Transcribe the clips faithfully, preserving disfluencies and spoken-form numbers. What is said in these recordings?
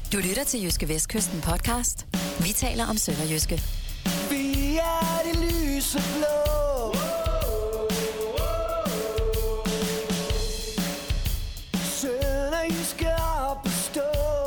Du lytter til Jyske Vestkysten podcast. Vi taler om sønderjyske. Vi er det lyse blå. Sønderjyske op at stå.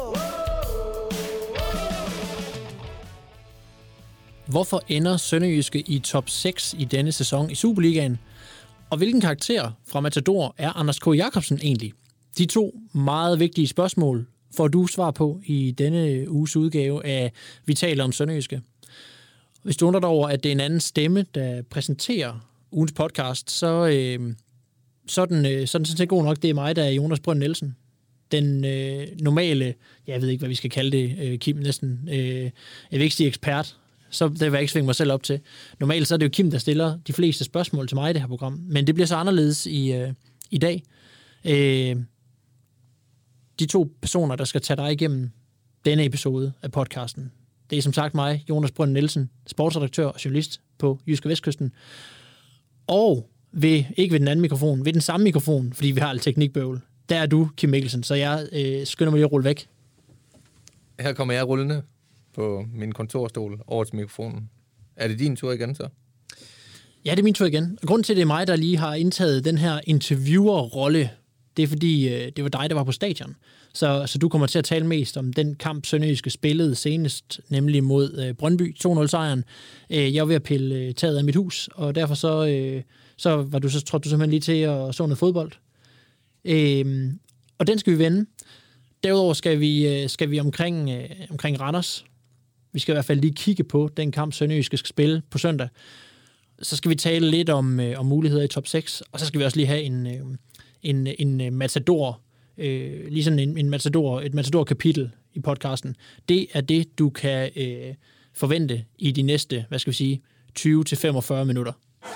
Hvorfor ender sønderjyske i top seks i denne sæson i Superligaen? Og hvilken karakter fra Matador er Anders K. Jacobsen egentlig? De to meget vigtige spørgsmål får du svar på i denne uges udgave af Vi taler om sønderjyske. Hvis du undrer dig over, at det er en anden stemme, der præsenterer ugens podcast, så, øh, så er den, øh, så er den sådan set god nok. Det er mig, der er Jonas Brønd Nielsen. Den øh, normale, jeg ved ikke, hvad vi skal kalde det, øh, Kim, næsten. Øh, jeg vil ikke sige ekspert, så det vil jeg ikke svinge mig selv op til. Normalt så er det jo Kim, der stiller de fleste spørgsmål til mig i det her program, men det bliver så anderledes i, øh, i dag. Øh, de to personer, der skal tage dig igennem denne episode af podcasten, det er som sagt mig, Jonas Brønd Nielsen, sportsredaktør og journalist på Jyske Vestkysten. Og ved, ikke ved den anden mikrofon, ved den samme mikrofon, fordi vi har alt teknikbøvl, der er du, Kim Mikkelsen, så jeg øh, skynder mig lige at rulle væk. Her kommer jeg rullende på min kontorstol over til mikrofonen. Er det din tur igen så? Ja, det er min tur igen. Og grunden til, at det er mig, der lige har indtaget den her interviewer-rolle, det er fordi, øh, det var dig, der var på stadion. Så, så du kommer til at tale mest om den kamp, sønderjyske spillede senest, nemlig mod øh, Brøndby, to nul-sejren. Øh, jeg var ved at pille øh, taget af mit hus, og derfor så, øh, så, var du, så trådte du simpelthen lige til at så noget fodbold. Øh, og den skal vi vende. Derudover skal vi, øh, skal vi omkring, øh, omkring Randers. Vi skal i hvert fald lige kigge på den kamp, sønderjyske skal spille på søndag. Så skal vi tale lidt om, øh, om muligheder i top seks, og så skal vi også lige have en, øh, en, en matador, øh, lige sådan en, en matador, et matador-kapitel i podcasten. Det er det, du kan øh, forvente i de næste, hvad skal vi sige, tyve til femogfyrre minutter.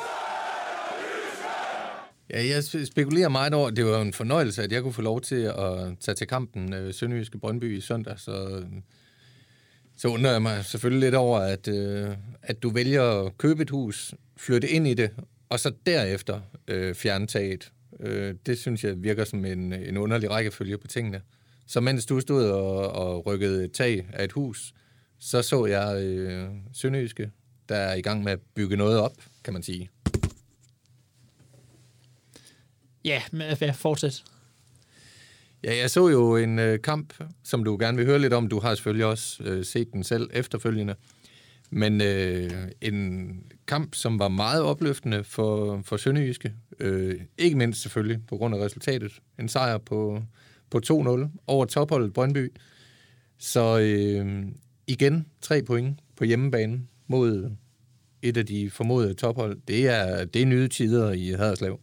Ja, jeg spekulerer meget over, det var en fornøjelse, at jeg kunne få lov til at tage til kampen øh, sønderjyske Brøndby i søndag, så, så undrer jeg mig selvfølgelig lidt over, at, øh, at du vælger at købe et hus, flytte ind i det, og så derefter øh, fjerne taget. Øh, det synes jeg virker som en, en underlig rækkefølge på tingene. Så mens du stod og, og rykkede et tag af et hus, så så jeg øh, sønderjyske, der er i gang med at bygge noget op, kan man sige. Ja, men ja, fortsæt. Ja, jeg så jo en øh, kamp, som du gerne vil høre lidt om. Du har selvfølgelig også øh, set den selv efterfølgende. Men øh, en kamp, som var meget opløftende for, for sønderjyske. Øh, ikke mindst selvfølgelig på grund af resultatet. En sejr på, på to nul over topholdet Brøndby. Så øh, igen tre point på hjemmebane mod et af de formodede tophold. Det er, det er nye tider i Haderslev.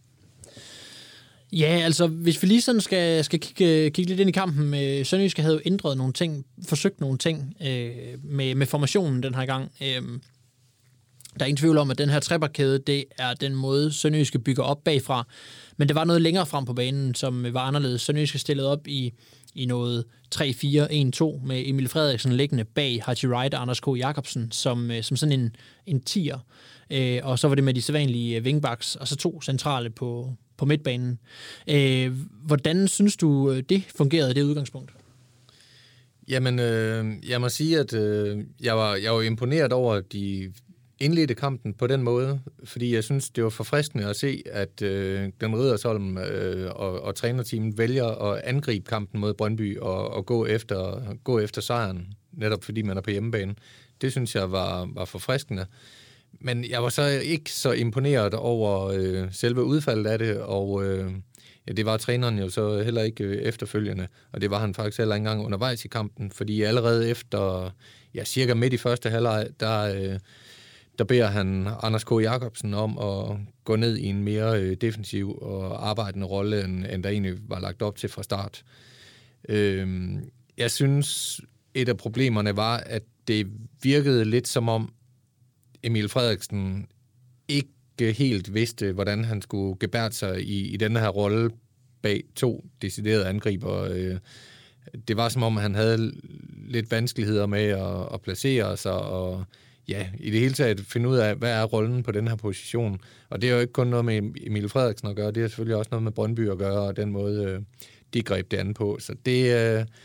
Ja, altså, hvis vi lige sådan skal, skal kigge, kigge lidt ind i kampen, øh, sønderjyske havde jo ændret nogle ting, forsøgt nogle ting øh, med, med formationen den her gang. Øh, der er ingen tvivl om, at den her trebakkæde, det er den måde, sønderjyske bygger op bagfra. Men det var noget længere frem på banen, som var anderledes. Sønderjyske stillede op i, i noget tre fire en to med Emil Frederiksen liggende bag Haji Wright og Anders K. Jacobsen som, som sådan en, en tier. Øh, og så var det med de sædvanlige wingbacks, og så to centrale på på midtbanen. Øh, hvordan synes du, det fungerede, det udgangspunkt? Jamen, øh, jeg må sige, at øh, jeg, var, jeg var imponeret over, at de indledte kampen på den måde, fordi jeg synes, det var forfriskende at se, at øh, den Riddersholm øh, og, og trænerteamet vælger at angribe kampen mod Brøndby og, og gå, efter, gå efter sejren, netop fordi man er på hjemmebane. Det synes jeg var, var forfriskende. Men jeg var så ikke så imponeret over øh, selve udfaldet af det, og øh, ja, det var træneren jo så heller ikke øh, efterfølgende, og det var han faktisk heller ikke engang undervejs i kampen, fordi allerede efter, ja, cirka midt i første halvleg, der, øh, der beder han Anders K. Jacobsen om at gå ned i en mere øh, defensiv og arbejdende rolle, end, end der egentlig var lagt op til fra start. Øh, jeg synes, et af problemerne var, at det virkede lidt som om, Emil Frederiksen ikke helt vidste, hvordan han skulle gebærde sig i, i denne her rolle bag to deciderede angriber. Det var som om, han havde lidt vanskeligheder med at, at placere sig, og ja, i det hele taget finde ud af, hvad er rollen på den her position. Og det er jo ikke kun noget med Emil Frederiksen at gøre, det er selvfølgelig også noget med Brøndby at gøre, og den måde, de greb det an på. Så det,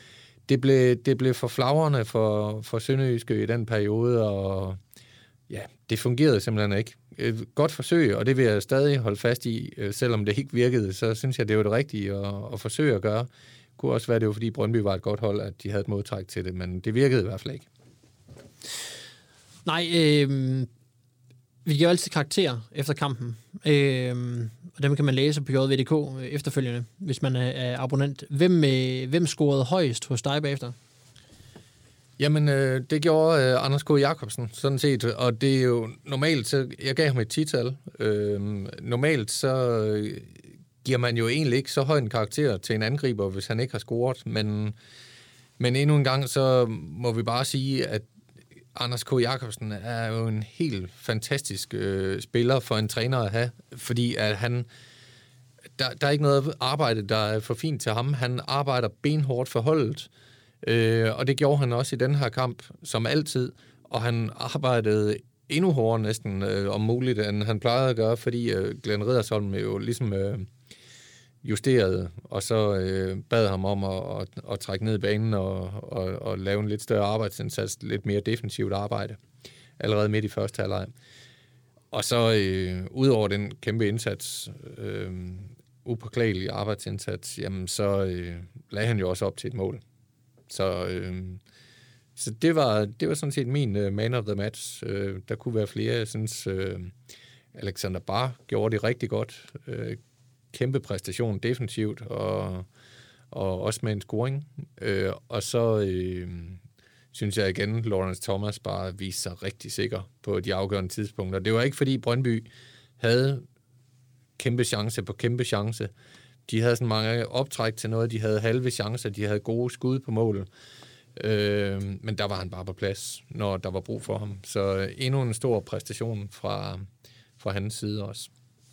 det, blev, det blev for flagrende for, for Sønderjyske i den periode, og ja, det fungerede simpelthen ikke. Et godt forsøg, og det vil jeg stadig holde fast i, selvom det ikke virkede, så synes jeg, det var det rigtige at, at forsøge at gøre. Det kunne også være, det var, fordi Brøndby var et godt hold, at de havde et modtræk til det, men det virkede i hvert fald ikke. Nej, øh, vi giver altid karakterer efter kampen, øh, og dem kan man læse på J V D K efterfølgende, hvis man er abonnent. Hvem, øh, hvem scorede højst hos dig bagefter? Jamen, øh, det gjorde øh, Anders K. Jacobsen, sådan set, og det er jo normalt, så jeg gav ham et tital. Øh, normalt så øh, giver man jo egentlig ikke så høj en karakter til en angriber, hvis han ikke har scoret, men, men endnu en gang, så må vi bare sige, at Anders K. Jacobsen er jo en helt fantastisk øh, spiller for en træner at have, fordi at han, der, der er ikke noget arbejde, der er for fint til ham. Han arbejder benhårdt for holdet, øh, og det gjorde han også i den her kamp, som altid, og han arbejdede endnu hårdere næsten øh, om muligt, end han plejede at gøre, fordi øh, Glenn Riddersholm jo ligesom øh, justerede, og så øh, bad ham om at, at, at trække ned i banen og, og, og lave en lidt større arbejdsindsats, lidt mere defensivt arbejde, allerede midt i første halvleg. Og så øh, ud over den kæmpe indsats, øh, upåklagelig arbejdsindsats, jamen så øh, lagde han jo også op til et mål. Så, øh, så det, var, det var sådan set min uh, man of the match. Øh, der kunne være flere. Jeg synes, øh, Alexander Barr gjorde det rigtig godt. Øh, kæmpe præstation defensivt, og, og også med en scoring. Øh, og så øh, synes jeg igen, Lawrence Thomas bare viste sig rigtig sikker på de afgørende tidspunkter. Det var ikke, fordi Brøndby havde kæmpe chance på kæmpe chance. De havde sådan mange optræk til noget, de havde halve chancer, de havde gode skud på målet. Øh, men der var han bare på plads, når der var brug for ham. Så endnu en stor præstation fra, fra hans side også.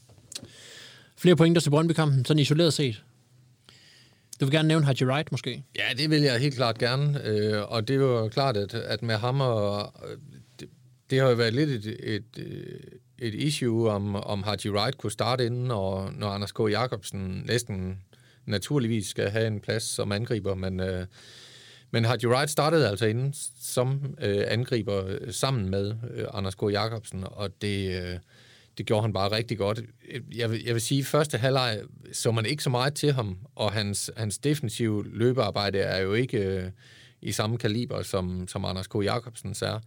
Flere pointer til Brøndby-kampen, sådan isoleret set? Du vil gerne nævne Haji Wright, måske? Ja, det vil jeg helt klart gerne. Øh, og det var klart, at, at med ham og... Det, det har jo været lidt et, et, et issue, om, om Haji Wright kunne starte inden, og når Anders K. Jacobsen næsten naturligvis skal have en plads som angriber, men... Øh, Men Haji Wright startede altså inden som øh, angriber sammen med øh, Anders K. Jacobsen, og det, øh, det gjorde han bare rigtig godt. Jeg vil, jeg vil sige, at første halvleg så man ikke så meget til ham, og hans, hans defensive løbearbejde er jo ikke øh, i samme kaliber, som, som Anders K. Jacobsens er.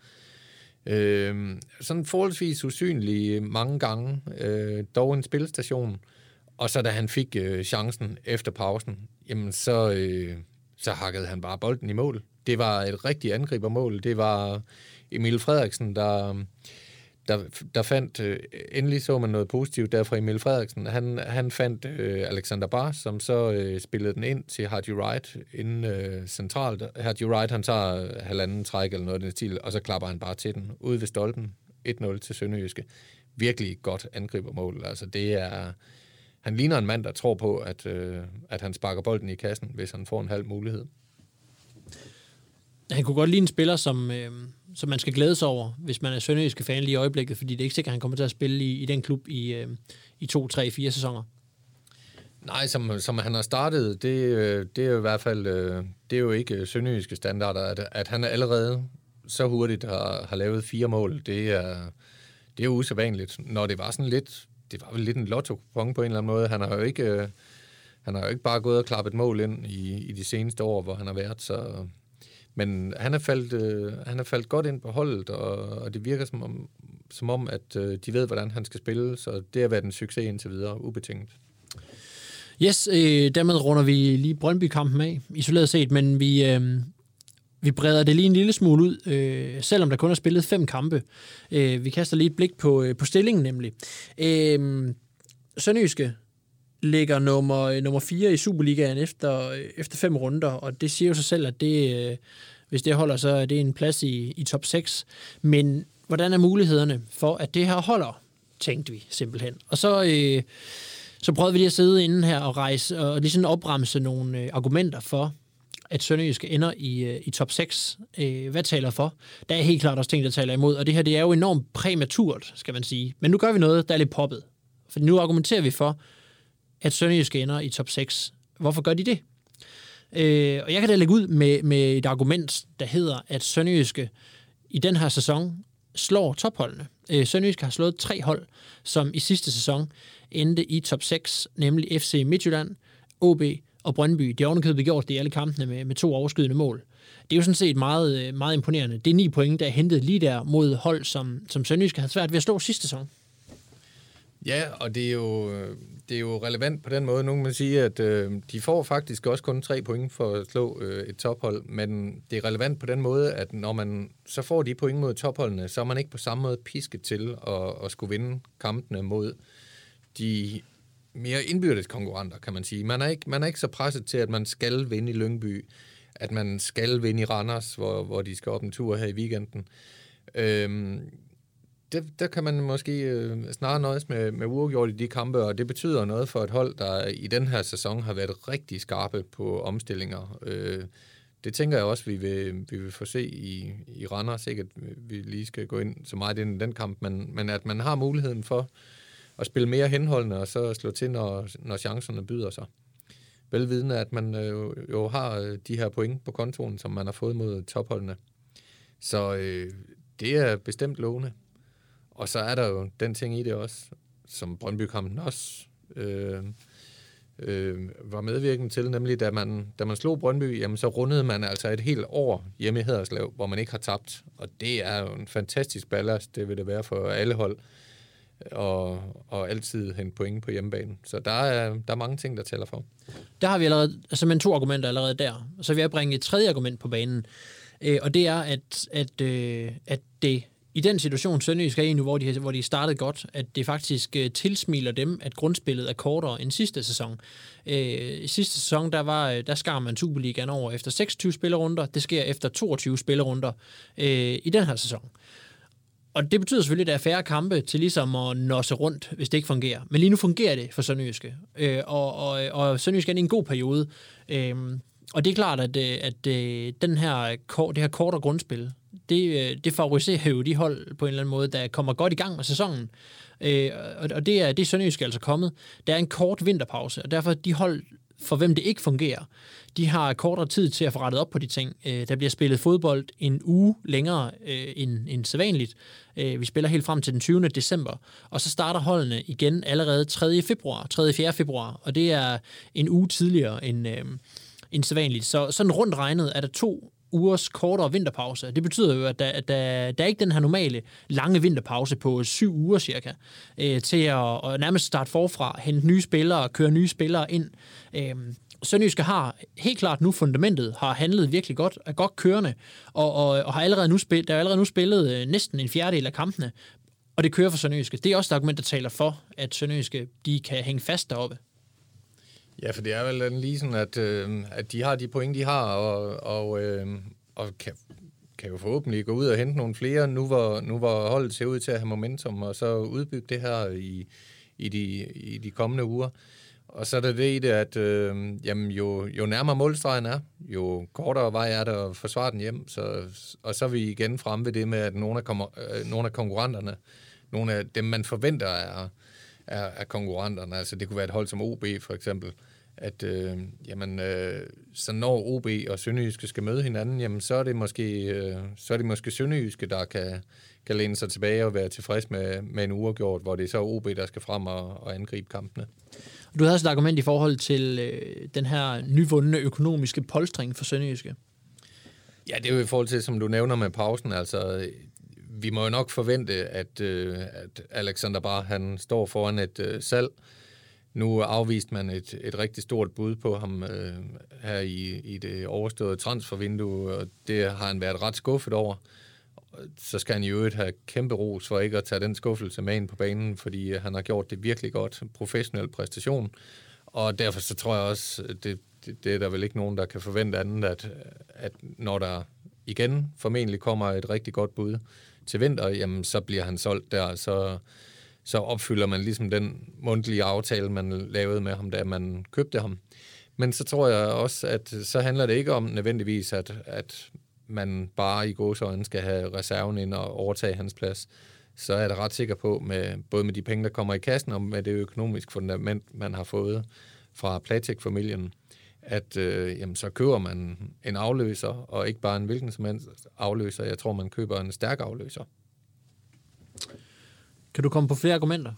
Øh, sådan forholdsvis usynlig mange gange, øh, dog en spilstation, og så da han fik øh, chancen efter pausen, jamen så... Øh, så hakkede han bare bolden i mål. Det var et rigtigt angribermål. Det var Emil Frederiksen, der, der, der fandt... Øh, endelig så man noget positivt der fra Emil Frederiksen. Han, han fandt øh, Alexander Barr, som så øh, spillede den ind til Haji Wright inden øh, centralt. Haji Wright, han tager halvanden træk eller noget af den stil, og så klapper han bare til den ude ved stolpen. et nul til Sønderjyske. Virkelig godt angribermål. Altså det er... Han ligner en mand, der tror på, at, øh, at han sparker bolden i kassen, hvis han får en halv mulighed. Han kunne godt lide en spiller, som, øh, som man skal glæde sig over, hvis man er sønderjyske fan lige i øjeblikket, fordi det er ikke sikkert, at han kommer til at spille i, i den klub i, øh, i to, tre, fire sæsoner. Nej, som, som han har startet, det, det er jo i hvert fald øh, det er jo ikke sønderjyske standarder, at, at han allerede så hurtigt har, har lavet fire mål. Det er, det er jo usædvanligt, når det var sådan lidt... Det var vel lidt en lotto-kupon på en eller anden måde. Han har jo ikke, øh, han har jo ikke bare gået og klappet mål ind i, i de seneste år, hvor han har været. Så, men han er faldt, øh, han er faldt godt ind på holdet, og, og det virker som om, som om at øh, de ved, hvordan han skal spille. Så det har været en succes indtil videre, ubetinget. Yes, øh, dermed runder vi lige Brøndby-kampen af, isoleret set, men vi... Øh Vi breder det lige en lille smule ud, øh, selvom der kun er spillet fem kampe. Øh, vi kaster lige et blik på, øh, på stillingen nemlig. Øh, Sønderjyske ligger nummer, nummer fire i Superligaen efter, efter fem runder, og det siger jo sig selv, at det, øh, hvis det holder, så er det en plads i, i top seks. Men hvordan er mulighederne for, at det her holder, tænkte vi simpelthen. Og så... Øh, så prøvede vi lige at sidde inde her og rejse og lige sådan opremse nogle øh, argumenter for, at Sønderjyske ender i, i top seks. Hvad taler for? Der er helt klart også ting, der taler imod, og det her det er jo enormt præmaturt, skal man sige. Men nu gør vi noget, der er lidt poppet. For nu argumenterer vi for, at Sønderjyske ender i top seks. Hvorfor gør de det? Øh, og jeg kan da lægge ud med, med et argument, der hedder, at Sønderjyske i den her sæson slår topholdene. Øh, Sønderjyske har slået tre hold, som i sidste sæson endte i top seks, nemlig F C Midtjylland, O B og Brøndby. De har ovenikøbet gjort det i alle kampene med, med to overskydende mål. Det er jo sådan set meget, meget imponerende. Det er ni point, der er hentet lige der mod hold, som, som Sønderjyske havde svært ved at slå sidste sæson. Ja, og det er jo, det er jo relevant på den måde. Nu kan man sige, at øh, de får faktisk også kun tre point for at slå øh, et tophold, men det er relevant på den måde, at når man så får de point mod topholdene, så er man ikke på samme måde pisket til at, at skulle vinde kampene mod de mere indbyrdes konkurrenter, kan man sige. Man er, ikke, man er ikke så presset til, at man skal vinde i Lyngby, at man skal vinde i Randers, hvor, hvor de skal op en tur her i weekenden. Øhm, det, der kan man måske øh, snarere nøjes med, med uafgjort i de kampe, og det betyder noget for et hold, der i den her sæson har været rigtig skarpe på omstillinger. Øh, det tænker jeg også, vi vil, vi vil få se i, i Randers. Ikke at vi lige skal gå ind så meget ind i den kamp, men, men at man har muligheden for at spille mere henholdende, og så slå til, når, når chancerne byder sig. Velvidende, at man øh, jo har de her point på kontoen, som man har fået mod topholdene. Så øh, det er bestemt lovende. Og så er der jo den ting i det også, som Brøndby-kampen også øh, øh, var medvirkende til, nemlig da man, da man slog Brøndby, jamen så rundede man altså et helt år hjemme i Haderslev, hvor man ikke har tabt. Og det er jo en fantastisk ballast, det vil det være for alle hold, og, og altid hente point på hjemmebanen. Så der er, der er mange ting, der tæller for. Der har vi allerede, altså med to argumenter allerede der. Så vil jeg bringe et tredje argument på banen, øh, og det er, at, at, øh, at det i den situation, Sønderjysk er i nu, hvor de, hvor de startede godt, at det faktisk øh, tilsmiler dem, at grundspillet er kortere end sidste sæson. Øh, I sidste sæson, der, var, der skar man Superligaen over efter seksogtyve spillerunder. Det sker efter toogtyve spillerunder øh, i den her sæson. Og det betyder selvfølgelig, at der er færre kampe til ligesom at nosse rundt, hvis det ikke fungerer. Men lige nu fungerer det for Sønderjyske. Øh, og, og, og Sønderjyske er i en god periode. Øh, og det er klart, at, at, at den her, det her kortere grundspil, det, det favoriserer jo de hold på en eller anden måde, der kommer godt i gang med sæsonen. Øh, og det er, det er Sønderjyske altså kommet. Der er en kort vinterpause, og derfor de hold, for hvem det ikke fungerer, de har kortere tid til at få rettet op på de ting. Der bliver spillet fodbold en uge længere end, end sædvanligt. Vi spiller helt frem til den tyvende december, og så starter holdene igen allerede tredje februar, tredje fjerde februar, og det er en uge tidligere end, end sædvanligt. Så sådan rundt regnet er der to ugers kortere vinterpause. Det betyder jo, at der, at der, der er ikke den her normale lange vinterpause på syv uger cirka, øh, til at, at nærmest starte forfra, hente nye spillere, køre nye spillere ind. Øh, Sønderjyske har helt klart nu fundamentet, har handlet virkelig godt, er godt kørende, og, og, og har allerede nu spillet, der er allerede nu spillet øh, næsten en fjerdedel af kampene, og det kører for Sønderjyske. Det er også et argument, der taler for, at Sønderjyske de kan hænge fast deroppe. Ja, for det er vel lige sådan, at, øh, at de har de point, de har, og, og, øh, og kan, kan jo forhåbentlig gå ud og hente nogle flere, nu hvor, nu hvor holdet ser ud til at have momentum, og så udbygge det her i, i, de, i de kommende uger. Og så er der det i det, at øh, jamen, jo, jo nærmere målstregen er, jo kortere vej er der at forsvare den hjem, så, og så er vi igen fremme ved det med, at nogle af, kommer, øh, nogle af konkurrenterne, nogle af dem, man forventer er, er, er konkurrenterne, altså det kunne være et hold som O B for eksempel, at øh, jamen, øh, så når O B og Sønderjyske skal møde hinanden, jamen, så er det måske, øh, så er det måske Sønderjyske, der kan, kan læne sig tilbage og være tilfreds med, med en uafgjort, hvor det er så O B, der skal frem og, og angribe kampene. Du havde også et argument i forhold til øh, den her nyvundne økonomiske polstring for Sønderjyske. Ja, det er jo i forhold til, som du nævner med pausen, altså vi må jo nok forvente, at, øh, at Alexander Bra, han står foran et øh, salg. Nu afviste man et, et rigtig stort bud på ham øh, her i, i det overståede transfervindue, og det har han været ret skuffet over. Så skal han i øvrigt have kæmpe ros for ikke at tage den skuffelse med ind på banen, fordi han har gjort det virkelig godt, professionel præstation. Og derfor så tror jeg også, det, det, det er der vel ikke nogen, der kan forvente andet, at, at når der igen formentlig kommer et rigtig godt bud til vinter, jamen så bliver han solgt der, så... så opfylder man ligesom den mundtlige aftale, man lavede med ham, da man købte ham. Men så tror jeg også, at så handler det ikke om nødvendigvis, at, at man bare i gåseøjne skal have reserven ind og overtage hans plads. Så er jeg da ret sikker på, med, både med de penge, der kommer i kassen, og med det økonomiske fundament, man har fået fra Platek-familien, at øh, jamen, så køber man en afløser, og ikke bare en hvilken som helst afløser. Jeg tror, man køber en stærk afløser. Kan du komme på flere argumenter?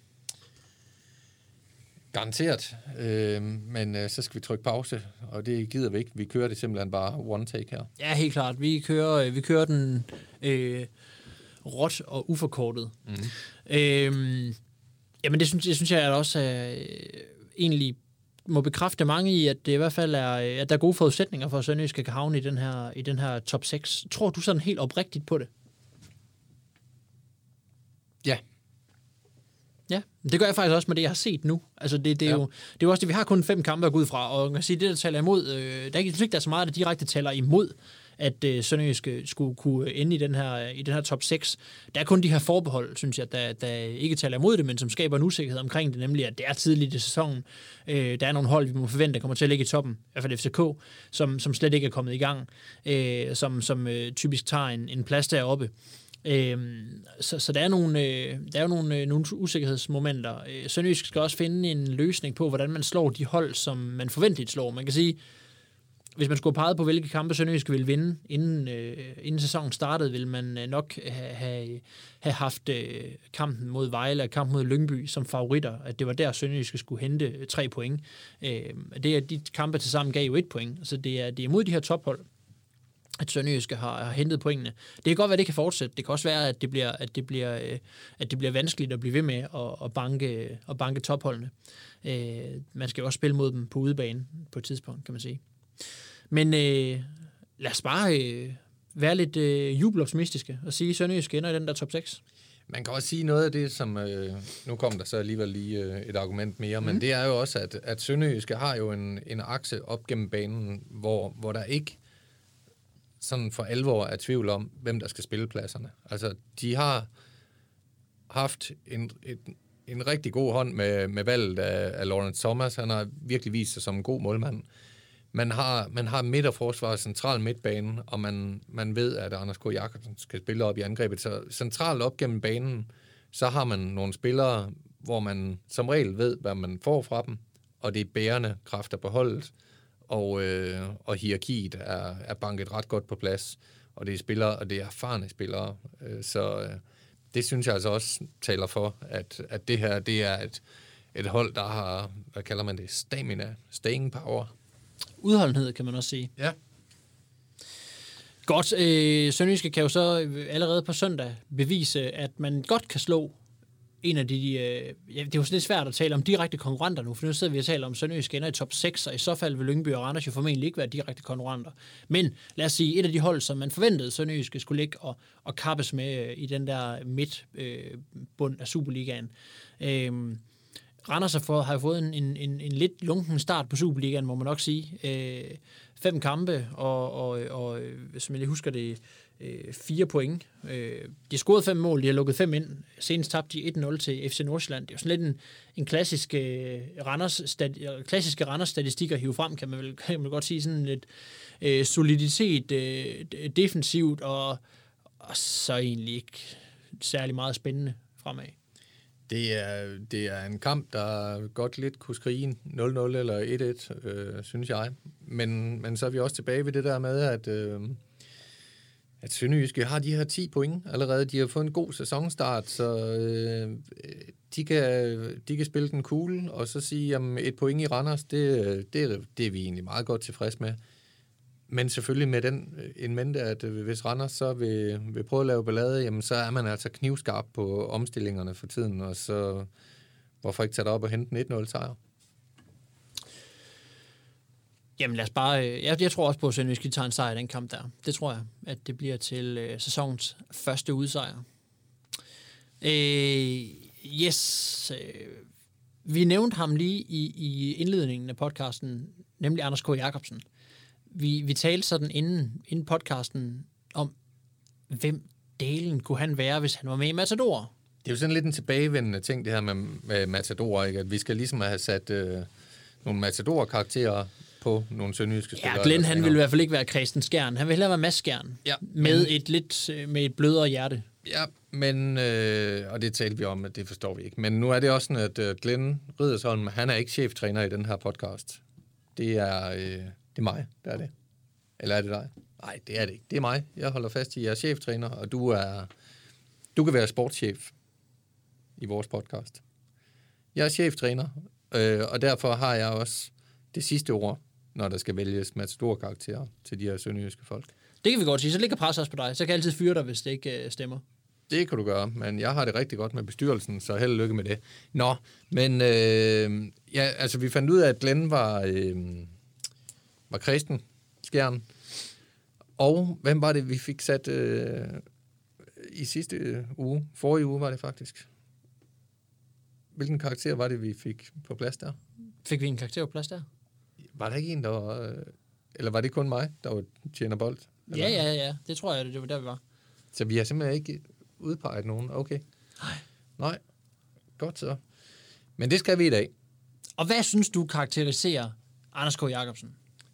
Garanteret, øh, men øh, så skal vi trykke pause, og det gider vi ikke. Vi kører det simpelthen bare one take her. Ja, helt klart. Vi kører, vi kører den øh, råt og uforkortet. Mm-hmm. Øh, jamen, det synes, det synes jeg at også er, øh, egentlig må bekræfte mange i, at det i hvert fald er, at der er gode forudsætninger for, at Sønderjyske kan havne i den her, i den her top seks. Tror du sådan helt oprigtigt på det? Ja. Ja, det gør jeg faktisk også med det, jeg har set nu. Altså, det, det, er, ja. jo, det er jo også det, vi har kun fem kampe at gå ud fra, og man kan sige, det, der taler imod, øh, der er ikke, der er så meget, der direkte taler imod, at øh, Sønderjyske skulle kunne ende i den her, i den her top seks. Der er kun de her forbehold, synes jeg, der, der ikke taler imod det, men som skaber en usikkerhed omkring det, nemlig at det er tidligt i sæsonen. Øh, der er nogle hold, vi må forvente, kommer til at ligge i toppen, i hvert fald F C K, som, som slet ikke er kommet i gang, øh, som, som øh, typisk tager en, en plads deroppe. Øhm, så, så der er nogle, øh, der er jo nogle, øh, nogle usikkerhedsmomenter. Øh, Sønderjysk skal også finde en løsning på, hvordan man slår de hold, som man forventeligt slår. Man kan sige, hvis man skulle have peget på, hvilke kampe Sønderjysk ville vinde, inden, øh, inden sæsonen startede, ville man øh, nok have, have, have haft øh, kampen mod Vejle og kampen mod Lyngby som favoritter, at det var der, Sønderjysk skulle hente tre point. Øh, det er, de kampe til sammen gav jo et point, så det er, det er mod de her tophold, at Sønderjyske har, har hentet pointene. Det kan godt være, at det kan fortsætte. Det kan også være, at det bliver, at det bliver, at det bliver vanskeligt at blive ved med at, at, banke, at banke topholdene. Øh, man skal jo også spille mod dem på udebane på et tidspunkt, kan man sige. Men øh, lad os bare øh, være lidt øh, jubeloptimistiske og sige, at Sønderjyske ender i den der top seks. Man kan også sige noget af det, som... Øh, nu kom der så alligevel lige øh, et argument mere, mm. men det er jo også, at, at Sønderjyske har jo en, en akse op gennem banen, hvor, hvor der ikke sådan for alvor er tvivl om, hvem der skal spille pladserne. Altså, de har haft en, et, en rigtig god hånd med, med valget af, af Lawrence Thomas. Han har virkelig vist sig som en god målmand. Man har, man har midterforsvar, central midtbane, og man, man ved, at Anders K. Jakobsen skal spille op i angrebet. Så centralt op gennem banen, så har man nogle spillere, hvor man som regel ved, hvad man får fra dem, og det er bærende kræfter på holdet. Og, øh, og hierarkiet er, er banket ret godt på plads, og det er spillere, og det er erfarne spillere. Øh, så øh, det synes jeg altså også taler for, at, at det her, det er et, et hold, der har, hvad kalder man det, stamina, staying power. Udholdenhed, kan man også sige. Ja. Godt, øh, Sønderjyske kan jo så allerede på søndag bevise, at man godt kan slå en af de, øh, ja, det er jo lidt svært at tale om direkte konkurrenter nu, for nu sidder vi og taler om Sønderjyske ender i top seks, og i så fald vil Lyngby og Randers jo formentlig ikke være direkte konkurrenter. Men lad os sige, et af de hold, som man forventede Sønderjyske skulle ligge og, og kappes med øh, i den der midtbund øh, af Superligaen. Øh, Randers har, fået, har jo fået en, en, en, en lidt lunken start på Superligaen, må man nok sige. Øh, fem kampe, og, og, og som jeg lige husker det, øh, fire point. Øh, de har scoret fem mål, de har lukket fem ind. Senest tabte de et nul til F C Nordsjælland. Det er jo sådan lidt en, en klassisk, øh, Randers, stad, klassiske Randers-statistik at hive frem, kan man vel kan man godt sige. Sådan lidt øh, soliditet, øh, defensivt, og, og så egentlig ikke særlig meget spændende fremad. Det er, det er en kamp, der godt lidt kunne skrige nul nul eller et et, øh, synes jeg. Men, men så er vi også tilbage ved det der med, at, øh, at Sønderjyske har de her ti point allerede. De har fået en god sæsonstart, så øh, de, kan, de kan spille den cool, og så sige, at et point i Randers, det, det, det er vi egentlig meget godt tilfreds med. Men selvfølgelig med den en mente, at hvis Randers så vil, vil prøve at lave ballade, jamen så er man altså knivskarp på omstillingerne for tiden, og så hvorfor ikke tage det op og hente en et nul sejr? Jamen lad os bare... Jeg, jeg tror også på, at Sønderjyske tager en sejr i den kamp der. Det tror jeg, at det bliver til øh, sæsonens første udsejr. Øh, yes. Øh, vi nævnte ham lige i, i indledningen af podcasten, nemlig Anders K. Jakobsen. Vi, vi talte sådan inden, inden podcasten om, hvem delen kunne han være, hvis han var med i Matador. Det er jo sådan lidt en tilbagevendende ting, det her med, med Matador, ikke? At vi skal ligesom have sat øh, nogle Matador-karakterer på nogle sønderjyske spillere. Ja, Glenn, han vil i hvert fald ikke være Christen Skjern. Han vil hellere være Mads Skjern. Ja, med, men, et lidt, med et blødere hjerte. Ja, men, øh, og det talte vi om, at det forstår vi ikke. Men nu er det også sådan, at øh, Glenn Riddersholm, han er ikke cheftræner i den her podcast. det er, øh, det er mig, der er det. Eller er det dig? Nej, det er det ikke. Det er mig. Jeg holder fast i, at jeg er cheftræner, og du er, du kan være sportschef i vores podcast. Jeg er cheftræner, øh, og derfor har jeg også det sidste ord, når der skal vælges matador-karakterer til de her sønderjyske folk. Det kan vi godt sige. Så ligger pres også på dig. Så kan jeg altid fyre dig, hvis det ikke øh, stemmer. Det kan du gøre, men jeg har det rigtig godt med bestyrelsen, så held og lykke med det. Nå, men øh, ja, altså vi fandt ud af, at Glenn var, øh, var kristen, skjern. Og hvem var det, vi fik sat øh, i sidste uge? Forrige uge var det faktisk. Hvilken karakter var det, vi fik på plads der? Fik vi en karakter på plads der? Var der ikke en, der var... Øh, eller var det kun mig, der var tjener bold? Eller? Ja, ja, ja. Det tror jeg, det var der, vi var. Så vi har simpelthen ikke udpeget nogen. Okay. Nej. Nej. Godt så. Men det skal vi i dag. Og hvad synes du karakteriserer Anders K. Jacobsen?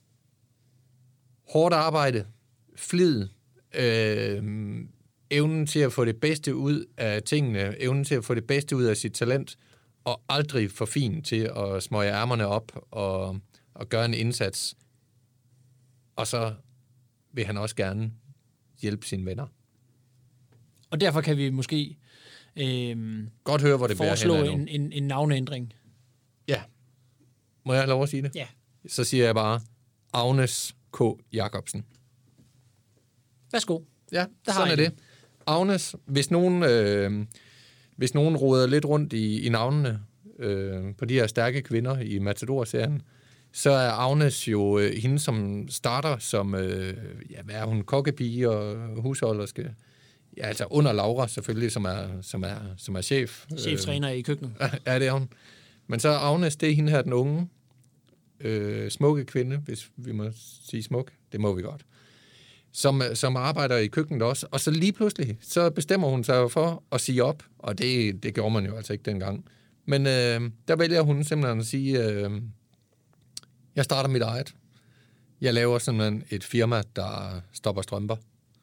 Hårdt arbejde, flid, øh, evnen til at få det bedste ud af tingene, evnen til at få det bedste ud af sit talent, og aldrig for fin til at smøge ærmerne op og, og gøre en indsats. Og så vil han også gerne hjælpe sine venner. Og derfor kan vi måske øh, godt høre, hvor det bærer foreslå hen en, en, en navneændring. Ja. Må jeg have lov at sige det? Ja. Så siger jeg bare Agnes K. Jacobsen. Værsgo. Ja, der sådan er det. Agnes, hvis nogen, øh, hvis nogen roder lidt rundt i, i navnene øh, på de her stærke kvinder i Matador-serien, så er Agnes jo øh, hende, som starter som, øh, ja, hvad er hun, kokkepige og husholderske. Ja, altså under Laura selvfølgelig, som er, som er, som er chef. Cheftræner øh, i køkkenet. Ja, det er hun. Men så er Agnes, det er hende her, den unge, øh, smukke kvinde, hvis vi må sige smuk. Det må vi godt. Som, som arbejder i køkkenet også. Og så lige pludselig, så bestemmer hun sig for at sige op. Og det, det gjorde man jo altså ikke dengang. Men øh, der vælger hun simpelthen at sige, øh, jeg starter mit eget. Jeg laver simpelthen et firma, der stopper strømper.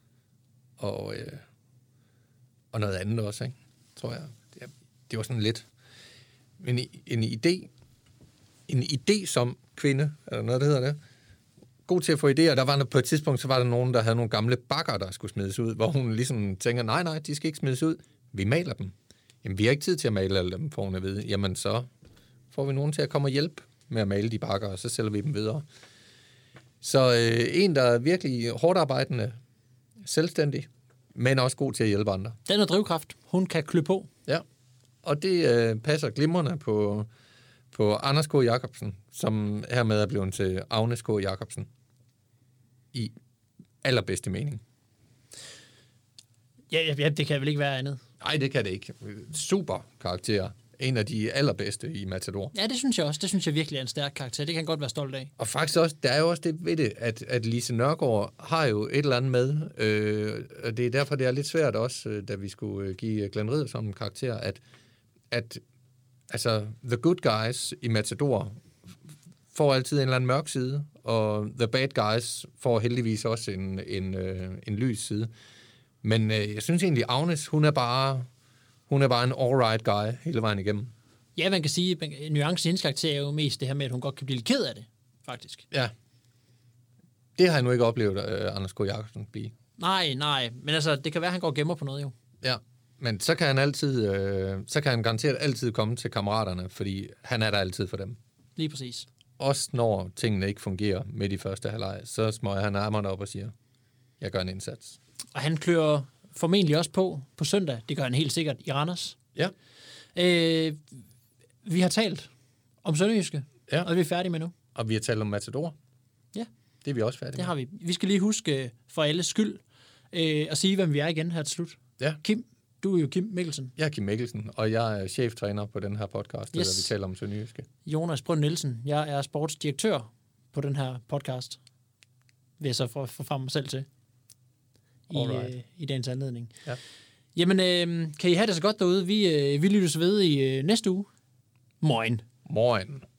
Og, øh, og noget andet også, ikke? Tror jeg. Det, det var sådan lidt en, en idé. En idé som kvinde, eller noget, der hedder det. God til at få idéer. Der var på et tidspunkt, så var der nogen, der havde nogle gamle bakker, der skulle smides ud, hvor hun ligesom tænker, nej, nej, de skal ikke smides ud. Vi maler dem. Jamen, vi har ikke tid til at male alle dem, får hun at vide. Jamen, så får vi nogen til at komme og hjælpe med at male de bakker, og så sælger vi dem videre. Så øh, en, der er virkelig hårdt arbejdende, selvstændig, men også god til at hjælpe andre. Den er drivkraft. Hun kan klø på. Ja, og det øh, passer glimrende på, på Anders K. Jacobsen, som hermed er blevet til Agnes K. Jacobsen. I allerbedste mening. Ja, ja, ja, det kan vel ikke være andet. Nej, det kan det ikke. Super karakter. En af de allerbedste i Matador. Ja, det synes jeg også. Det synes jeg virkelig er en stærk karakter. Det kan jeg godt være stolt af. Og faktisk også, der er jo også det ved det, at, at Lise Nørgaard har jo et eller andet med. Øh, og det er derfor, det er lidt svært også, da vi skulle give Glenn Ridder som en karakter, at, at altså, the good guys i Matador får altid en eller anden mørk side, og the bad guys får heldigvis også en, en, øh, en lys side. Men øh, jeg synes egentlig, Agnes, hun er bare... Hun er bare en all-right guy hele vejen igennem. Ja, man kan sige, at nuancen i hendes karakter er jo mest det her med, at hun godt kan blive lidt ked af det, faktisk. Ja. Det har jeg nu ikke oplevet, uh, Anders K. Jacobsen blive. Nej, nej. Men altså, det kan være, at han går og gemmer på noget jo. Ja, men så kan han altid, øh, så kan han garanteret altid komme til kammeraterne, fordi han er der altid for dem. Lige præcis. Også når tingene ikke fungerer midt i første halvleg, så smøger han armerne op og siger, jeg gør en indsats. Og han klør formentlig også på på søndag. Det gør han helt sikkert i Randers. Ja. Øh, vi har talt om sønderjyske, Ja. og vi er færdige med nu. Og vi har talt om Matador. Ja. Det er vi også færdige Det med. har vi. Vi skal lige huske for alles skyld øh, at sige, hvem vi er igen her til slut. Ja. Kim, du er jo Kim Mikkelsen. Jeg er Kim Mikkelsen, og jeg er cheftræner på den her podcast, yes. Der vi taler om sønderjyske. Jonas Brønd Nielsen. Jeg er sportsdirektør på den her podcast. Vil jeg så få frem mig selv til. I, øh, i dagens anledning. Ja. Jamen, øh, kan I have det så godt derude? Vi, øh, vi lyttes ved i øh, næste uge. Moin. Moin.